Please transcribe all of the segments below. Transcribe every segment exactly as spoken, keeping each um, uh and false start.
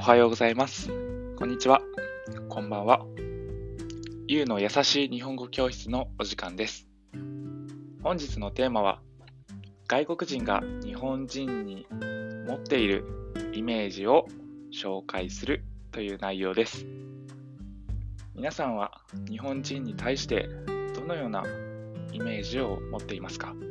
はようございます。こんにちは。こんばんは。ゆうの優しい日本語教室のお時間です。本日のテーマは、外国人が日本人に持っているイメージを紹介するという内容です。皆さんは日本人に対してどのようなイメージを持っていますか？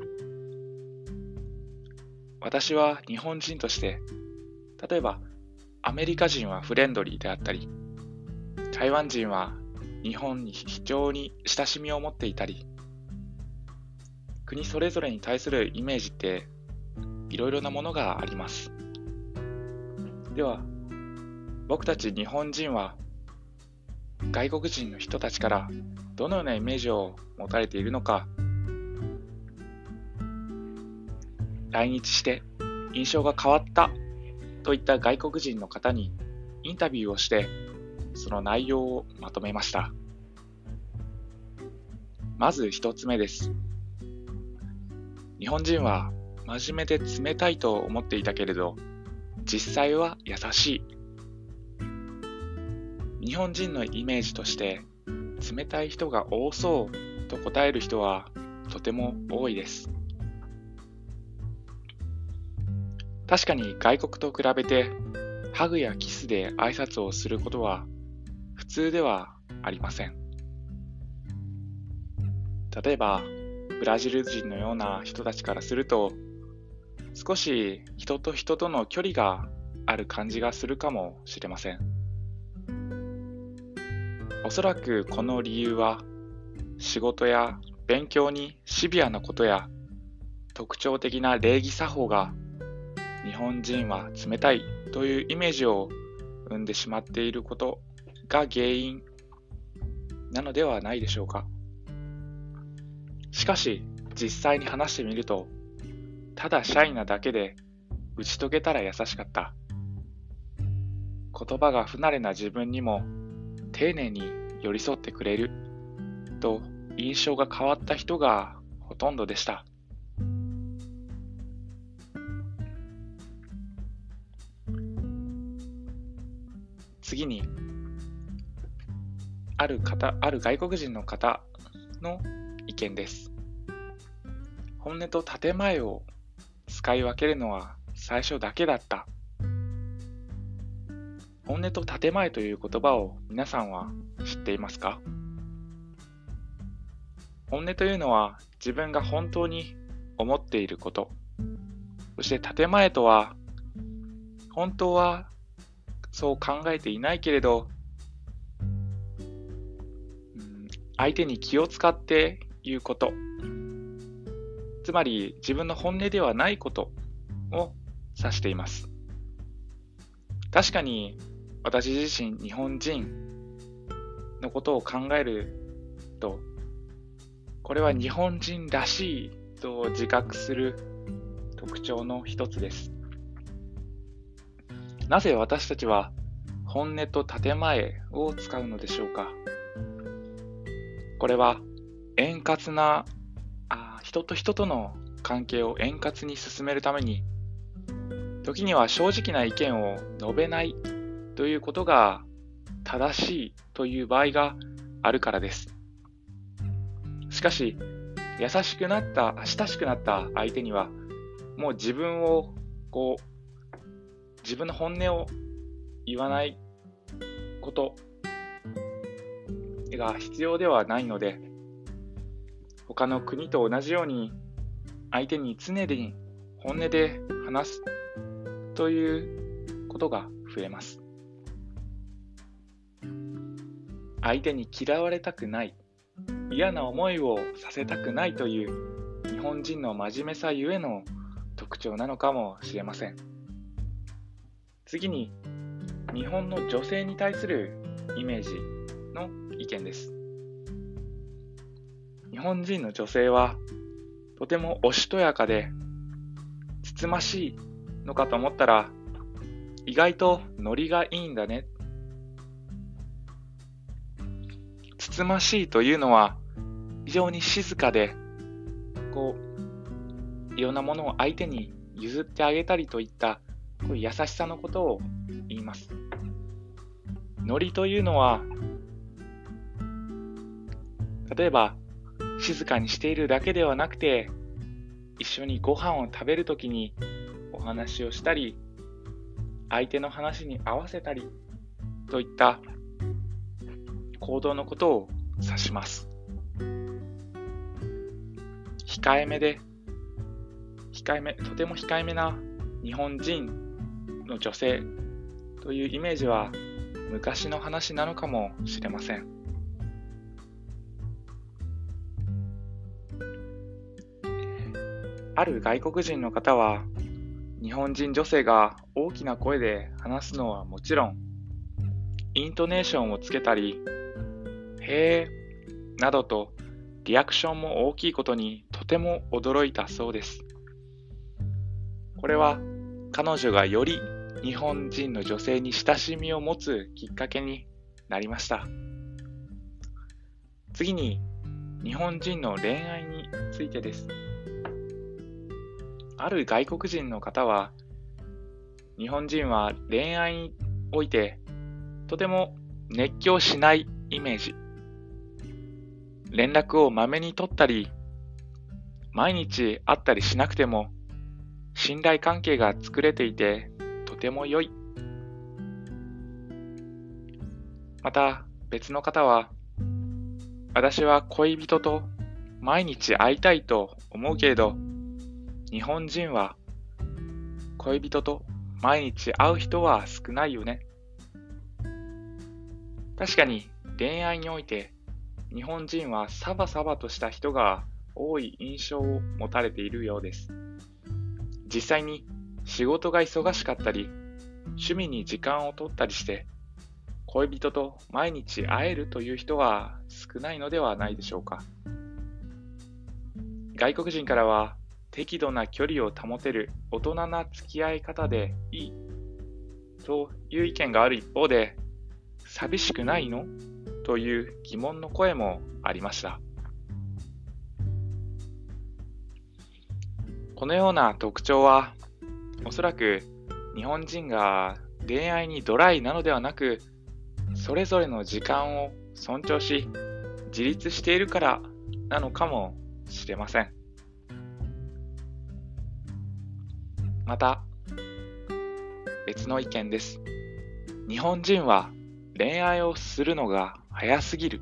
私は日本人として、例えばアメリカ人はフレンドリーであったり、台湾人は日本に非常に親しみを持っていたり、国それぞれに対するイメージっていろいろなものがあります。では、僕たち日本人は外国人の人たちからどのようなイメージを持たれているのか、来日して印象が変わったといった外国人の方にインタビューをして、その内容をまとめました。まず一つ目です。日本人は真面目で冷たいと思っていたけれど、実際は優しい。日本人のイメージとして冷たい人が多そうと答える人はとても多いです。確かに外国と比べてハグやキスで挨拶をすることは普通ではありません。例えばブラジル人のような人たちからすると、少し人と人との距離がある感じがするかもしれません。おそらくこの理由は、仕事や勉強にシビアなことや特徴的な礼儀作法が日本人は冷たいというイメージを生んでしまっていることが原因なのではないでしょうか。しかし実際に話してみると、ただシャイなだけで打ち解けたら優しかった、言葉が不慣れな自分にも丁寧に寄り添ってくれると印象が変わった人がほとんどでした。次に、ある方、ある外国人の方の意見です。本音と建前を使い分けるのは最初だけだった。本音と建前という言葉を皆さんは知っていますか？本音というのは自分が本当に思っていること。そして建前とは、本当はそう考えていないけれど、うん、相手に気を使って言うこと。つまり自分の本音ではないことを指しています。確かに私自身日本人のことを考えると、これは日本人らしいと自覚する特徴の一つです。なぜ私たちは本音と建前を使うのでしょうか。これは円滑なあ人と人との関係を円滑に進めるために、時には正直な意見を述べないということが正しいという場合があるからです。しかし、優しくなった、親しくなった相手には、もう自分をこう自分の本音を言わないことが必要ではないので、他の国と同じように相手に常に本音で話すということが増えます。相手に嫌われたくない、嫌な思いをさせたくないという日本人の真面目さゆえの特徴なのかもしれません。次に、日本の女性に対するイメージの意見です。日本人の女性はとてもおしとやかでつつましいのかと思ったら、意外とノリがいいんだね。つつましいというのは非常に静かで、こういろんなものを相手に譲ってあげたりといったこういう優しさのことを言います。 ノリというのは、例えば静かにしているだけではなくて、一緒にご飯を食べるときにお話をしたり、相手の話に合わせたりといった行動のことを指します。控えめで、控えめ、とても控えめな日本人の女性というイメージは昔の話なのかもしれません。ある外国人の方は、日本人女性が大きな声で話すのはもちろん、イントネーションをつけたり、へーなどとリアクションも大きいことにとても驚いたそうです。これは彼女がより日本人の女性に親しみを持つきっかけになりました。次に、日本人の恋愛についてです。ある外国人の方は、日本人は恋愛においてとても熱狂しないイメージ。連絡をまめに取ったり、毎日会ったりしなくても信頼関係が作れていてとても良い。また別の方は、私は恋人と毎日会いたいと思うけれど、日本人は恋人と毎日会う人は少ないよね。確かに恋愛において日本人はサバサバとした人が多い印象を持たれているようです。実際に仕事が忙しかったり、趣味に時間を取ったりして、恋人と毎日会えるという人は少ないのではないでしょうか。外国人からは、適度な距離を保てる大人な付き合い方でいいという意見がある一方で、寂しくないのという疑問の声もありました。このような特徴は、おそらく日本人が恋愛にドライなのではなく、それぞれの時間を尊重し、自立しているからなのかもしれません。また、別の意見です。日本人は恋愛をするのが早すぎる。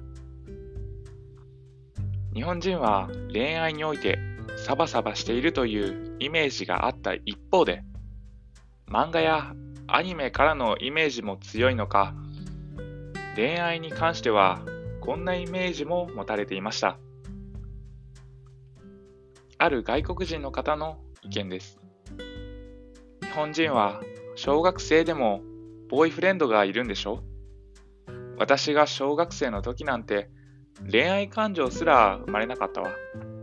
日本人は恋愛においてサバサバしているというイメージがあった一方で、漫画やアニメからのイメージも強いのか、恋愛に関してはこんなイメージも持たれていました。ある外国人の方の意見です。日本人は小学生でもボーイフレンドがいるんでしょ？私が小学生の時なんて恋愛感情すら生まれなかったわ。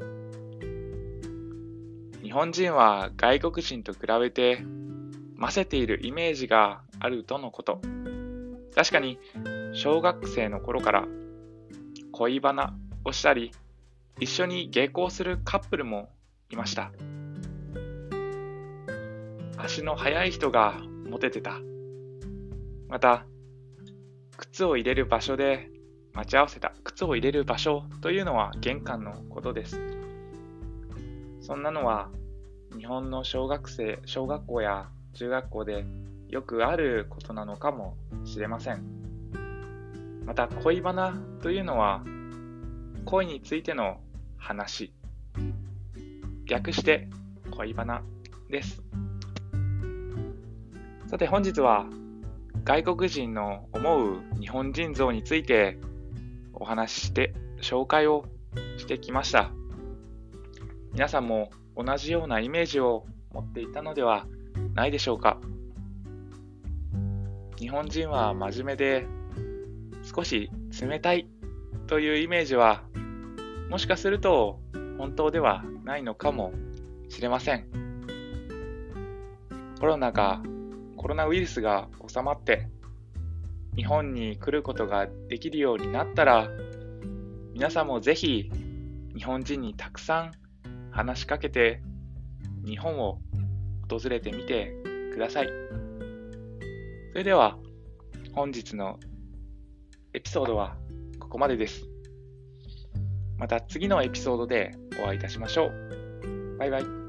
日本人は外国人と比べてませているイメージがあるとのこと。確かに小学生の頃から恋バナをしたり、一緒に下校するカップルもいました。足の速い人がモテてた。また、靴を入れる場所で待ち合わせた。靴を入れる場所というのは玄関のことです。そんなのは日本の小学生、小学校や中学校でよくあることなのかもしれません。また、恋バナというのは恋についての話。略して恋バナです。さて本日は外国人の思う日本人像についてお話しして紹介をしてきました。皆さんも同じようなイメージを持っていたのではないでしょうか。日本人は真面目で少し冷たいというイメージはもしかすると本当ではないのかもしれません。コロナがコロナウイルスが収まって日本に来ることができるようになったら、皆さんもぜひ日本人にたくさん話しかけて日本を訪れてみてください。それでは本日のエピソードはここまでです。また次のエピソードでお会いいたしましょう。バイバイ。